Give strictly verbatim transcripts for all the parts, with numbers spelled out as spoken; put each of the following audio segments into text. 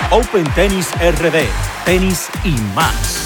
Open Tennis R D, tenis y más.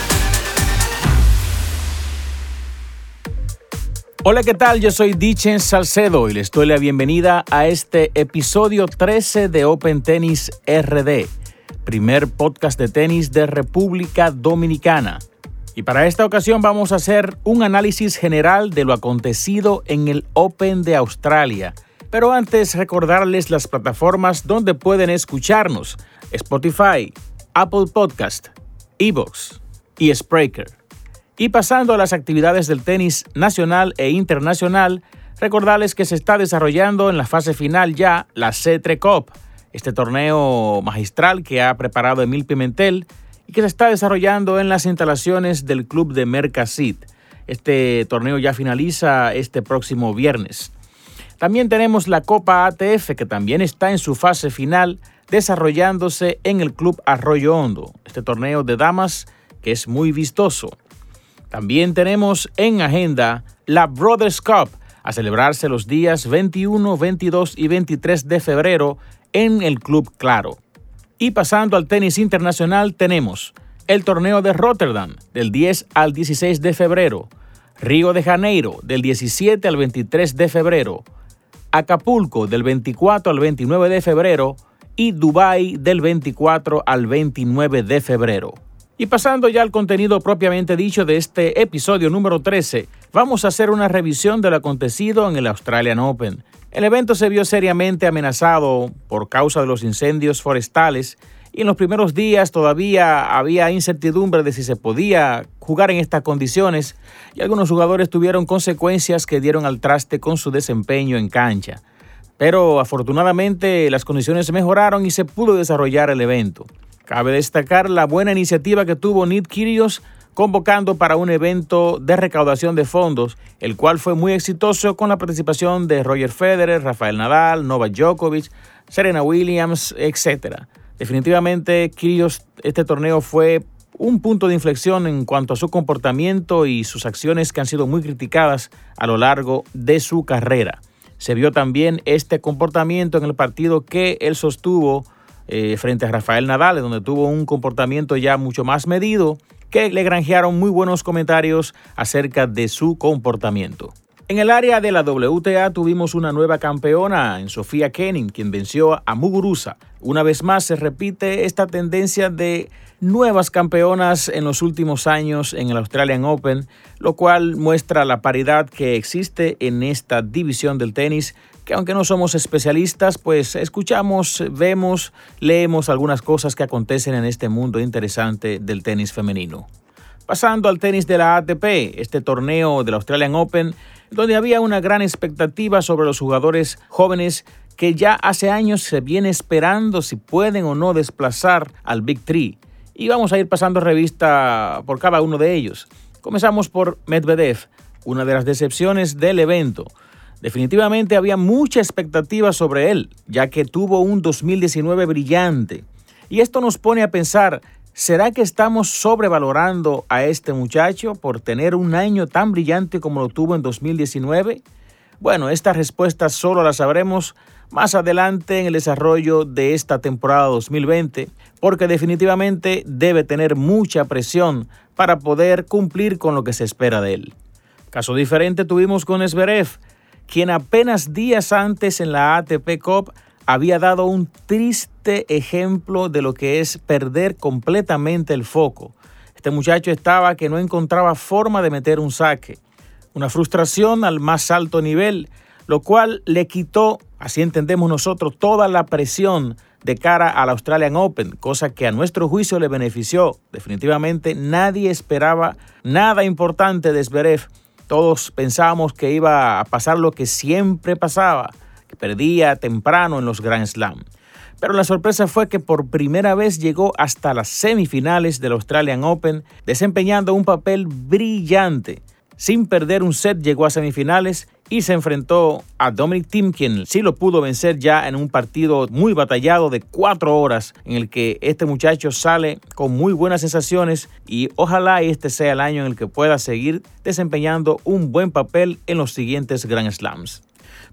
Hola, ¿qué tal? Yo soy Dichen Salcedo y les doy la bienvenida a este episodio trece de Open Tennis R D, primer podcast de tenis de República Dominicana. Y para esta ocasión vamos a hacer un análisis general de lo acontecido en el Open de Australia. Pero antes, recordarles las plataformas donde pueden escucharnos: Spotify, Apple Podcast, iVoox y Spreaker. Y pasando a las actividades del tenis nacional e internacional, recordarles que se está desarrollando en la fase final ya la CETRE Cup, este torneo magistral que ha preparado Emil Pimentel y que se está desarrollando en las instalaciones del club de Mercacid. Este torneo ya finaliza este próximo viernes. También tenemos la Copa A T F, que también está en su fase final, desarrollándose en el Club Arroyo Hondo, este torneo de damas que es muy vistoso. También tenemos en agenda la Brothers Cup, a celebrarse los días veintiuno, veintidós y veintitrés de febrero en el Club Claro. Y pasando al tenis internacional, tenemos el torneo de Rotterdam del diez al dieciséis de febrero, Río de Janeiro del diecisiete al veintitrés de febrero, Acapulco del veinticuatro al veintinueve de febrero y Dubái del veinticuatro al veintinueve de febrero. Y pasando ya al contenido propiamente dicho de este episodio número trece, vamos a hacer una revisión de lo acontecido en el Australian Open. El evento se vio seriamente amenazado por causa de los incendios forestales y en los primeros días todavía había incertidumbre de si se podía jugar en estas condiciones y algunos jugadores tuvieron consecuencias que dieron al traste con su desempeño en cancha. Pero afortunadamente las condiciones mejoraron y se pudo desarrollar el evento. Cabe destacar la buena iniciativa que tuvo Nick Kyrgios convocando para un evento de recaudación de fondos, el cual fue muy exitoso con la participación de Roger Federer, Rafael Nadal, Novak Djokovic, Serena Williams, etcétera. Definitivamente Kyrgios, este torneo fue un punto de inflexión en cuanto a su comportamiento y sus acciones que han sido muy criticadas a lo largo de su carrera. Se vio también este comportamiento en el partido que él sostuvo Eh, frente a Rafael Nadal, donde tuvo un comportamiento ya mucho más medido, que le granjearon muy buenos comentarios acerca de su comportamiento. En el área de la W T A tuvimos una nueva campeona en Sofía Kenin, quien venció a Muguruza. Una vez más se repite esta tendencia de nuevas campeonas en los últimos años en el Australian Open, lo cual muestra la paridad que existe en esta división del tenis, que aunque no somos especialistas, pues escuchamos, vemos, leemos algunas cosas que acontecen en este mundo interesante del tenis femenino. Pasando al tenis de la A T P, este torneo del Australian Open, donde había una gran expectativa sobre los jugadores jóvenes que ya hace años se viene esperando si pueden o no desplazar al Big Three. Y vamos a ir pasando revista por cada uno de ellos. Comenzamos por Medvedev, una de las decepciones del evento. Definitivamente había mucha expectativa sobre él, ya que tuvo un dos mil diecinueve brillante. Y esto nos pone a pensar, ¿será que estamos sobrevalorando a este muchacho por tener un año tan brillante como lo tuvo en dos mil diecinueve? Bueno, esta respuesta solo la sabremos más adelante en el desarrollo de esta temporada dos mil veinte, porque definitivamente debe tener mucha presión para poder cumplir con lo que se espera de él. Caso diferente tuvimos con Zverev, quien apenas días antes en la A T P Cup había dado un triste ejemplo de lo que es perder completamente el foco. Este muchacho estaba que no encontraba forma de meter un saque. Una frustración al más alto nivel, lo cual le quitó, así entendemos nosotros, toda la presión de cara al Australian Open, cosa que a nuestro juicio le benefició. Definitivamente nadie esperaba nada importante de Zverev. Todos pensábamos que iba a pasar lo que siempre pasaba, que perdía temprano en los Grand Slam. Pero la sorpresa fue que por primera vez llegó hasta las semifinales del Australian Open, desempeñando un papel brillante. Sin perder un set llegó a semifinales y se enfrentó a Dominic Thiem, quien sí lo pudo vencer ya en un partido muy batallado de cuatro horas, en el que este muchacho sale con muy buenas sensaciones y ojalá este sea el año en el que pueda seguir desempeñando un buen papel en los siguientes Grand Slams.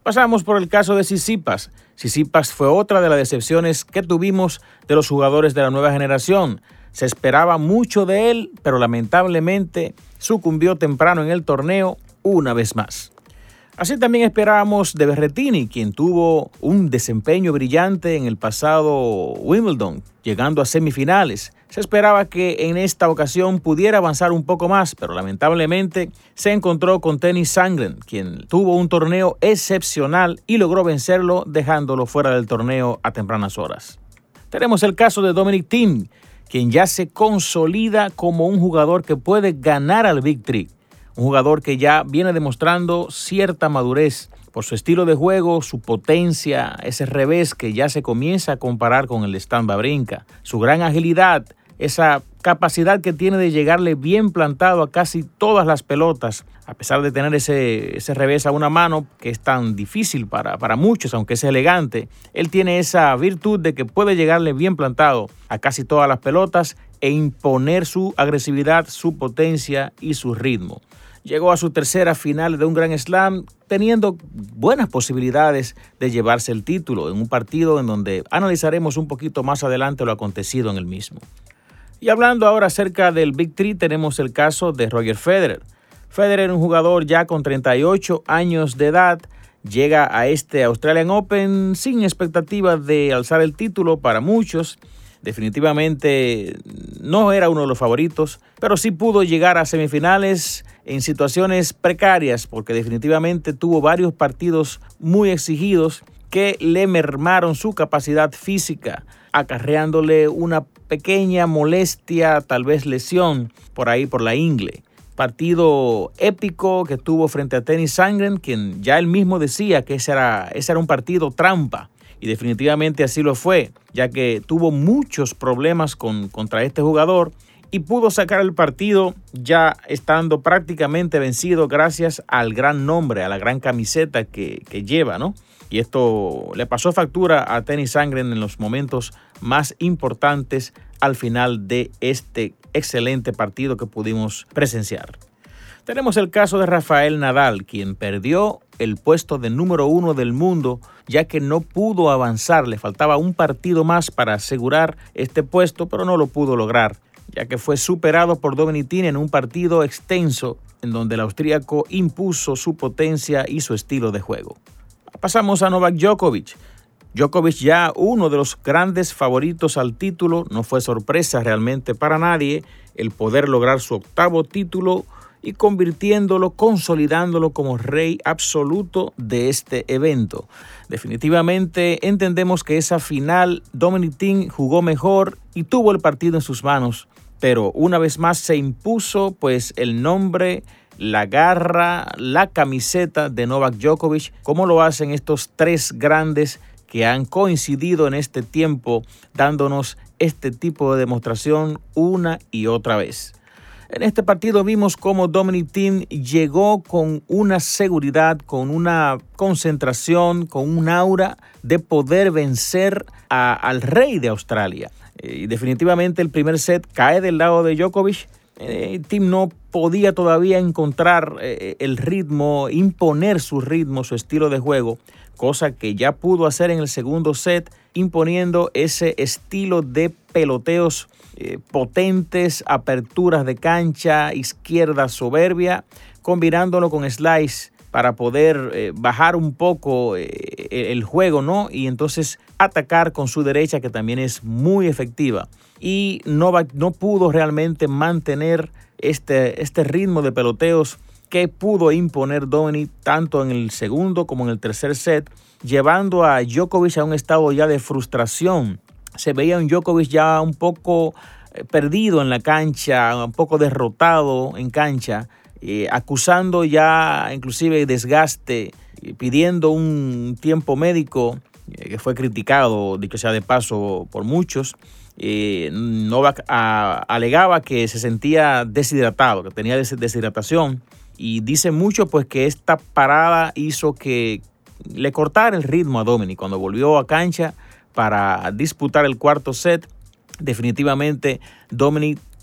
Pasamos por el caso de Tsitsipas. Tsitsipas fue otra de las decepciones que tuvimos de los jugadores de la nueva generación. Se esperaba mucho de él, pero lamentablemente sucumbió temprano en el torneo una vez más. Así también esperábamos de Berrettini, quien tuvo un desempeño brillante en el pasado Wimbledon, llegando a semifinales. Se esperaba que en esta ocasión pudiera avanzar un poco más, pero lamentablemente se encontró con Tennys Sandgren, quien tuvo un torneo excepcional y logró vencerlo, dejándolo fuera del torneo a tempranas horas. Tenemos el caso de Dominic Thiem, quien ya se consolida como un jugador que puede ganar al Big Three. Un jugador que ya viene demostrando cierta madurez por su estilo de juego, su potencia, ese revés que ya se comienza a comparar con el de Stan Wawrinka, su gran agilidad, esa capacidad que tiene de llegarle bien plantado a casi todas las pelotas, a pesar de tener ese, ese revés a una mano que es tan difícil para, para muchos, aunque es elegante. Él tiene esa virtud de que puede llegarle bien plantado a casi todas las pelotas e imponer su agresividad, su potencia y su ritmo. Llegó a su tercera final de un Grand Slam teniendo buenas posibilidades de llevarse el título en un partido en donde analizaremos un poquito más adelante lo acontecido en el mismo. Y hablando ahora acerca del Big Three, tenemos el caso de Roger Federer. Federer, un jugador ya con treinta y ocho años de edad, llega a este Australian Open sin expectativas de alzar el título para muchos. Definitivamente no era uno de los favoritos, pero sí pudo llegar a semifinales en situaciones precarias porque definitivamente tuvo varios partidos muy exigidos que le mermaron su capacidad física, acarreándole una pequeña molestia, tal vez lesión por ahí por la ingle. Partido épico que tuvo frente a Tennys Sandgren, quien ya él mismo decía que ese era, ese era un partido trampa. Y definitivamente así lo fue, ya que tuvo muchos problemas con, contra este jugador y pudo sacar el partido ya estando prácticamente vencido gracias al gran nombre, a la gran camiseta que, que lleva, ¿no? Y esto le pasó factura a Tennys Sandgren en los momentos más importantes al final de este excelente partido que pudimos presenciar. Tenemos el caso de Rafael Nadal, quien perdió el puesto de número uno del mundo, ya que no pudo avanzar. Le faltaba un partido más para asegurar este puesto, pero no lo pudo lograr, ya que fue superado por Dominic Thiem en un partido extenso, en donde el austríaco impuso su potencia y su estilo de juego. Pasamos a Novak Djokovic. Djokovic, ya uno de los grandes favoritos al título, no fue sorpresa realmente para nadie el poder lograr su octavo título y convirtiéndolo, consolidándolo como rey absoluto de este evento. Definitivamente entendemos que esa final Dominic Thiem jugó mejor y tuvo el partido en sus manos, pero una vez más se impuso pues el nombre, la garra, la camiseta de Novak Djokovic, como lo hacen estos tres grandes que han coincidido en este tiempo, dándonos este tipo de demostración una y otra vez. En este partido vimos cómo Dominic Thiem llegó con una seguridad, con una concentración, con un aura de poder vencer a, al rey de Australia. Y definitivamente el primer set cae del lado de Djokovic. Eh, Thiem no podía todavía encontrar eh, el ritmo, imponer su ritmo, su estilo de juego, cosa que ya pudo hacer en el segundo set, imponiendo ese estilo de peloteos eh, potentes, aperturas de cancha, izquierda soberbia, combinándolo con slice para poder eh, bajar un poco eh, el juego, ¿no? Y entonces atacar con su derecha, que también es muy efectiva. Y Novak no pudo realmente mantener este, este ritmo de peloteos que pudo imponer Dominic tanto en el segundo como en el tercer set, llevando a Djokovic a un estado ya de frustración. Se veía un Djokovic ya un poco perdido en la cancha, un poco derrotado en cancha, eh, acusando ya inclusive desgaste, eh, pidiendo un tiempo médico eh, que fue criticado, dicho sea de paso, por muchos. Eh, Novak a, alegaba que se sentía deshidratado, que tenía des- deshidratación. Y dice mucho pues que esta parada hizo que le cortara el ritmo a Dominic. Cuando volvió a cancha para disputar el cuarto set, definitivamente Dominic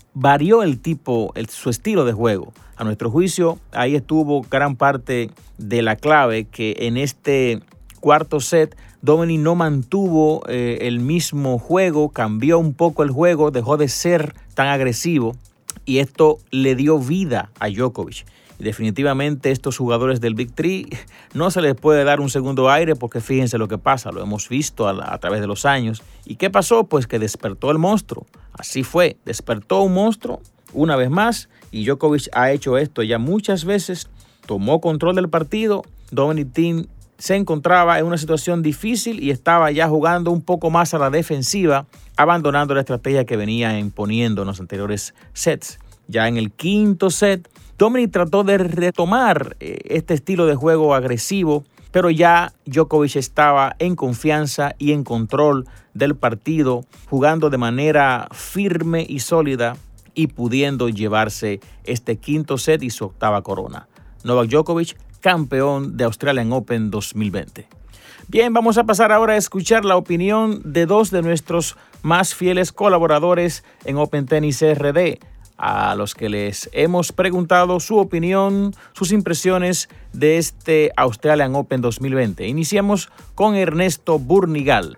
varió el tipo, el, su estilo de juego. A nuestro juicio, ahí estuvo gran parte de la clave, que en este cuarto set Dominic no mantuvo eh, el mismo juego, cambió un poco el juego, dejó de ser tan agresivo y esto le dio vida a Djokovic. Y definitivamente estos jugadores del Big Three no se les puede dar un segundo aire porque fíjense lo que pasa, lo hemos visto a, a través de los años. ¿Y qué pasó? Pues que despertó el monstruo. Así fue, despertó un monstruo una vez más y Djokovic ha hecho esto ya muchas veces. Tomó control del partido, Dominic Thiem se encontraba en una situación difícil y estaba ya jugando un poco más a la defensiva, abandonando la estrategia que venía imponiendo en los anteriores sets. Ya en el quinto set, Dominic trató de retomar este estilo de juego agresivo, pero ya Djokovic estaba en confianza y en control del partido, jugando de manera firme y sólida y pudiendo llevarse este quinto set y su octava corona. Novak Djokovic, campeón de Australian Open dos mil veinte. Bien, vamos a pasar ahora a escuchar la opinión de dos de nuestros más fieles colaboradores en Open Tennis R D, a los que les hemos preguntado su opinión, sus impresiones de este Australian Open dos mil veinte. Iniciamos con Ernesto Burnigal.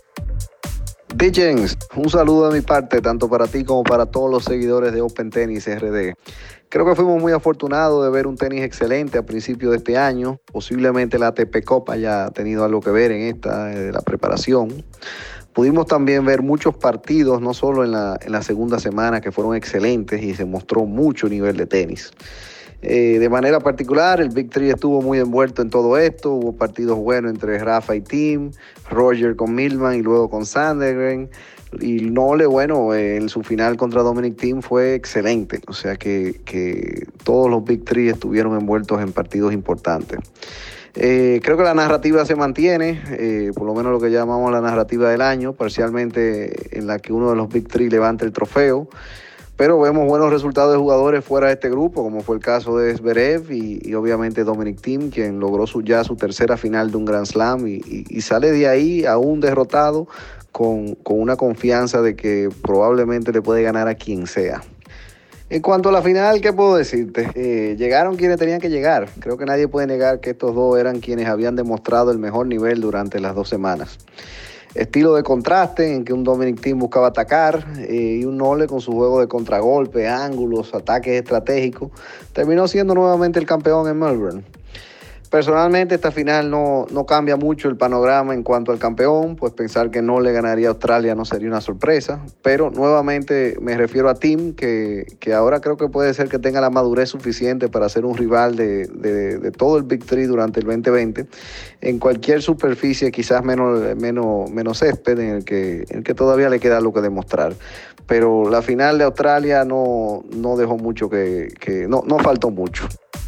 Dichens, un saludo de mi parte, tanto para ti como para todos los seguidores de Open Tennis R D. Creo que fuimos muy afortunados de ver un tenis excelente a principios de este año. Posiblemente la A T P Cup haya tenido algo que ver en esta, de la preparación. Pudimos también ver muchos partidos, no solo en la, en la segunda semana, que fueron excelentes y se mostró mucho nivel de tenis. Eh, de manera particular, el Big Three estuvo muy envuelto en todo esto. Hubo partidos buenos entre Rafa y Thiem, Roger con Millman y luego con Sandgren. Y Nole, bueno, eh, en su final contra Dominic Thiem fue excelente. O sea que, que todos los Big Three estuvieron envueltos en partidos importantes. Eh, creo que la narrativa se mantiene, eh, por lo menos lo que llamamos la narrativa del año, parcialmente en la que uno de los Big Three levanta el trofeo. Pero vemos buenos resultados de jugadores fuera de este grupo, como fue el caso de Zverev y, y obviamente Dominic Thiem, quien logró su, ya su tercera final de un Grand Slam y, y, y sale de ahí aún derrotado con, con una confianza de que probablemente le puede ganar a quien sea. En cuanto a la final, ¿qué puedo decirte? Eh, llegaron quienes tenían que llegar. Creo que nadie puede negar que estos dos eran quienes habían demostrado el mejor nivel durante las dos semanas. Estilo de contraste en que un Dominic Thiem buscaba atacar eh, y un Nole con su juego de contragolpe, ángulos, ataques estratégicos, terminó siendo nuevamente el campeón en Melbourne. Personalmente esta final no, no cambia mucho el panorama en cuanto al campeón, pues pensar que Nole ganaría a Australia no sería una sorpresa, pero nuevamente me refiero a Thiem, que, que ahora creo que puede ser que tenga la madurez suficiente para ser un rival de, de, de todo el Big Three durante el veinte veinte, en cualquier superficie quizás menos, menos, menos césped, en el, que, en el que todavía le queda algo que demostrar. Pero la final de Australia no, no dejó mucho que, que no, no faltó mucho.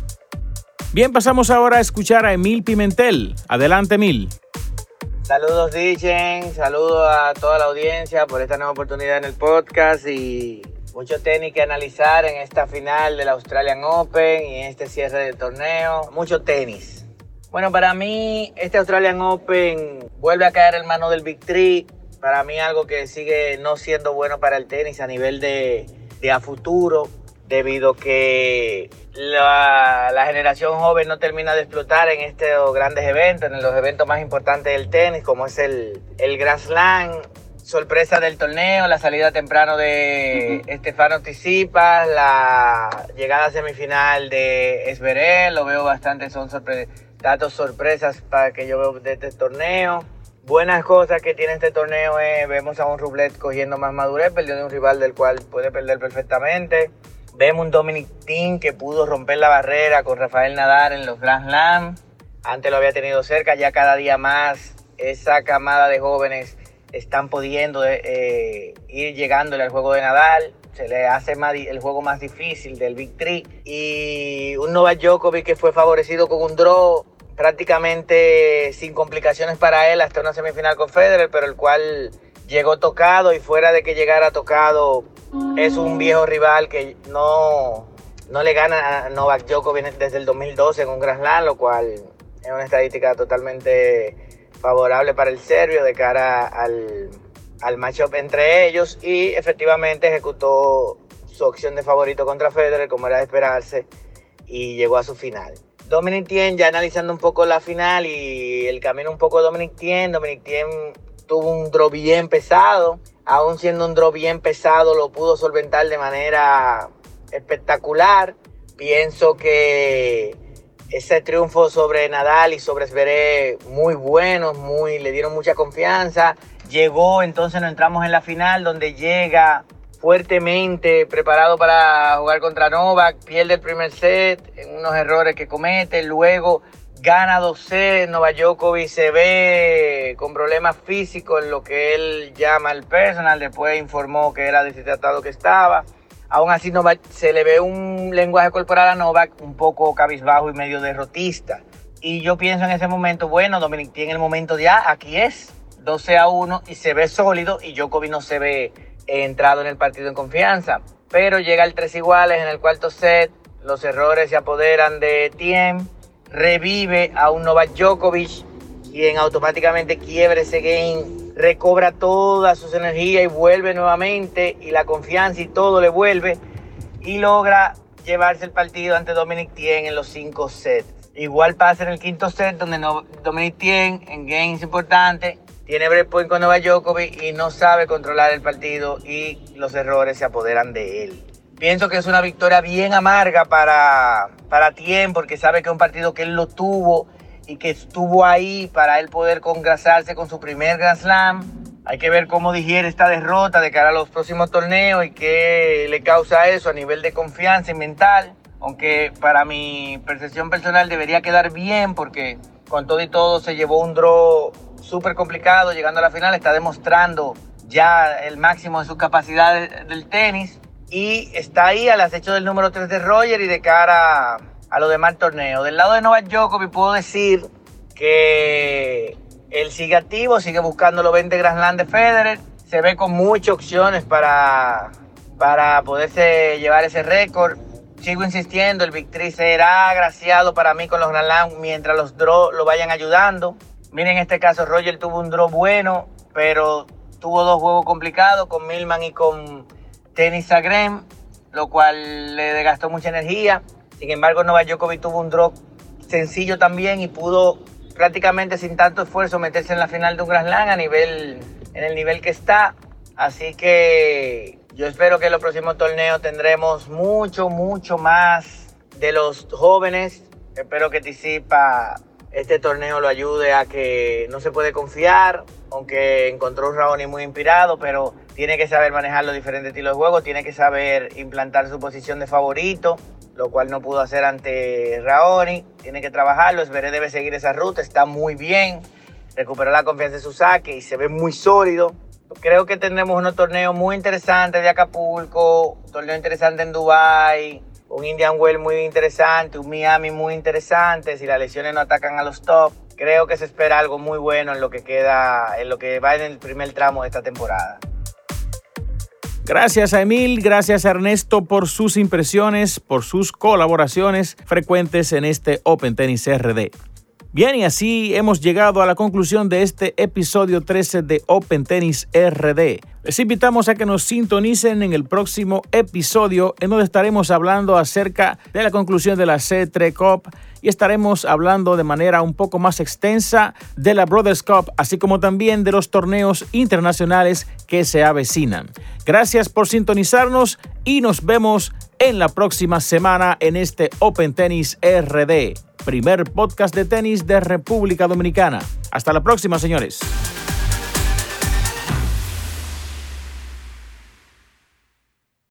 Bien, pasamos ahora a escuchar a Emil Pimentel. Adelante, Emil. Saludos, Dichen. Saludos a toda la audiencia por esta nueva oportunidad en el podcast y mucho tenis que analizar en esta final del Australian Open y en este cierre del torneo. Mucho tenis. Bueno, para mí este Australian Open vuelve a caer en manos del Big Three. Para mí algo que sigue no siendo bueno para el tenis a nivel de, de a futuro, debido a que la, la generación joven no termina de explotar en estos grandes eventos, en los eventos más importantes del tenis, como es el, el Grand Slam. Sorpresa del torneo, la salida temprano de uh-huh. Stefano Tsitsipas, la llegada semifinal de Zverev, lo veo bastante, son sorpre- datos sorpresas para que yo veo de este torneo. Buenas cosas que tiene este torneo es, vemos a un Rublev cogiendo más madurez, perdió de un rival del cual puede perder perfectamente. Vemos un Dominic Thiem que pudo romper la barrera con Rafael Nadal en los Grand Slam. Antes lo había tenido cerca, ya cada día más esa camada de jóvenes están pudiendo eh, ir llegándole al juego de Nadal. Se le hace más, el juego más difícil del Big Three. Y un Novak Djokovic que fue favorecido con un draw prácticamente sin complicaciones para él hasta una semifinal con Federer, pero el cual llegó tocado y fuera de que llegara tocado, es un viejo rival que no, no le gana a Novak Djokovic desde el dos mil doce en un Grand Slam, lo cual es una estadística totalmente favorable para el serbio de cara al, al matchup entre ellos, y efectivamente ejecutó su opción de favorito contra Federer, como era de esperarse, y llegó a su final. Dominic Thiem, ya analizando un poco la final y el camino un poco de Dominic Thiem, Dominic Thiem tuvo un draw bien pesado, aún siendo un draw bien pesado lo pudo solventar de manera espectacular. Pienso que ese triunfo sobre Nadal y sobre Zverev muy buenos, muy, le dieron mucha confianza. Llegó, entonces nos entramos en la final donde llega fuertemente preparado para jugar contra Novak, pierde el primer set en unos errores que comete, luego gana dos sets, Novak Djokovic se ve con problemas físicos en lo que él llama el personal, después informó que era deshidratado que estaba. Aún así Novak, se le ve un lenguaje corporal a Novak un poco cabizbajo y medio derrotista. Y yo pienso en ese momento, bueno, Dominic tiene el momento ya, aquí es, doce a uno y se ve sólido y Djokovic no se ve entrado en el partido en confianza. Pero llega el tres iguales en el cuarto set, los errores se apoderan de Thiem, revive a un Novak Djokovic, quien automáticamente quiebra ese game, recobra todas sus energías y vuelve nuevamente, y la confianza y todo le vuelve, y logra llevarse el partido ante Dominic Thiem en los cinco sets. Igual pasa en el quinto set, donde no, Dominic Thiem en games importantes tiene break point con Novak Djokovic y no sabe controlar el partido y los errores se apoderan de él. Pienso que es una victoria bien amarga para, para Thiem, porque sabe que es un partido que él lo tuvo y que estuvo ahí para él poder congrasarse con su primer Grand Slam. Hay que ver cómo digiere esta derrota de cara a los próximos torneos y qué le causa eso a nivel de confianza y mental. Aunque para mi percepción personal debería quedar bien, porque con todo y todo se llevó un draw súper complicado llegando a la final. Está demostrando ya el máximo de sus capacidades del tenis y está ahí al acecho del número tres de Roger y de cara a los demás torneos. Del lado de Novak Djokovic puedo decir que él sigue activo, sigue buscando los veinte Grand Slam de Federer. Se ve con muchas opciones para, para poderse llevar ese récord. Sigo insistiendo, el Big Three será agraciado para mí con los Grand Slam mientras los draws lo vayan ayudando. Miren, en este caso Roger tuvo un draw bueno, pero tuvo dos juegos complicados con Millman y con Tennis Zagreb, lo cual le desgastó mucha energía. Sin embargo, Novak Djokovic tuvo un draw sencillo también y pudo prácticamente sin tanto esfuerzo meterse en la final de un Grand Slam a nivel, en el nivel que está. Así que yo espero que en los próximos torneos tendremos mucho, mucho más de los jóvenes. Espero que Tsitsipas este torneo lo ayude a que no se puede confiar, aunque encontró un Raonic muy inspirado, pero tiene que saber manejar los diferentes estilos de juego, tiene que saber implantar su posición de favorito, lo cual no pudo hacer ante Raonic. Tiene que trabajarlo, Zverev debe seguir esa ruta, está muy bien, recuperó la confianza en su saque y se ve muy sólido. Creo que tendremos unos torneos muy interesantes de Acapulco, un torneo interesante en Dubái, un Indian Wells muy interesante, un Miami muy interesante. Si las lesiones no atacan a los top, creo que se espera algo muy bueno en lo que queda, en lo que va en el primer tramo de esta temporada. Gracias a Emil, gracias a Ernesto por sus impresiones, por sus colaboraciones frecuentes en este Open Tennis R D. Bien, y así hemos llegado a la conclusión de este episodio trece de Open Tennis R D. Les invitamos a que nos sintonicen en el próximo episodio, en donde estaremos hablando acerca de la conclusión de la C tres Cup y estaremos hablando de manera un poco más extensa de la Brothers Cup, así como también de los torneos internacionales que se avecinan. Gracias por sintonizarnos y nos vemos en la próxima semana en este Open Tennis R D. Primer podcast de tenis de República Dominicana. Hasta la próxima, señores.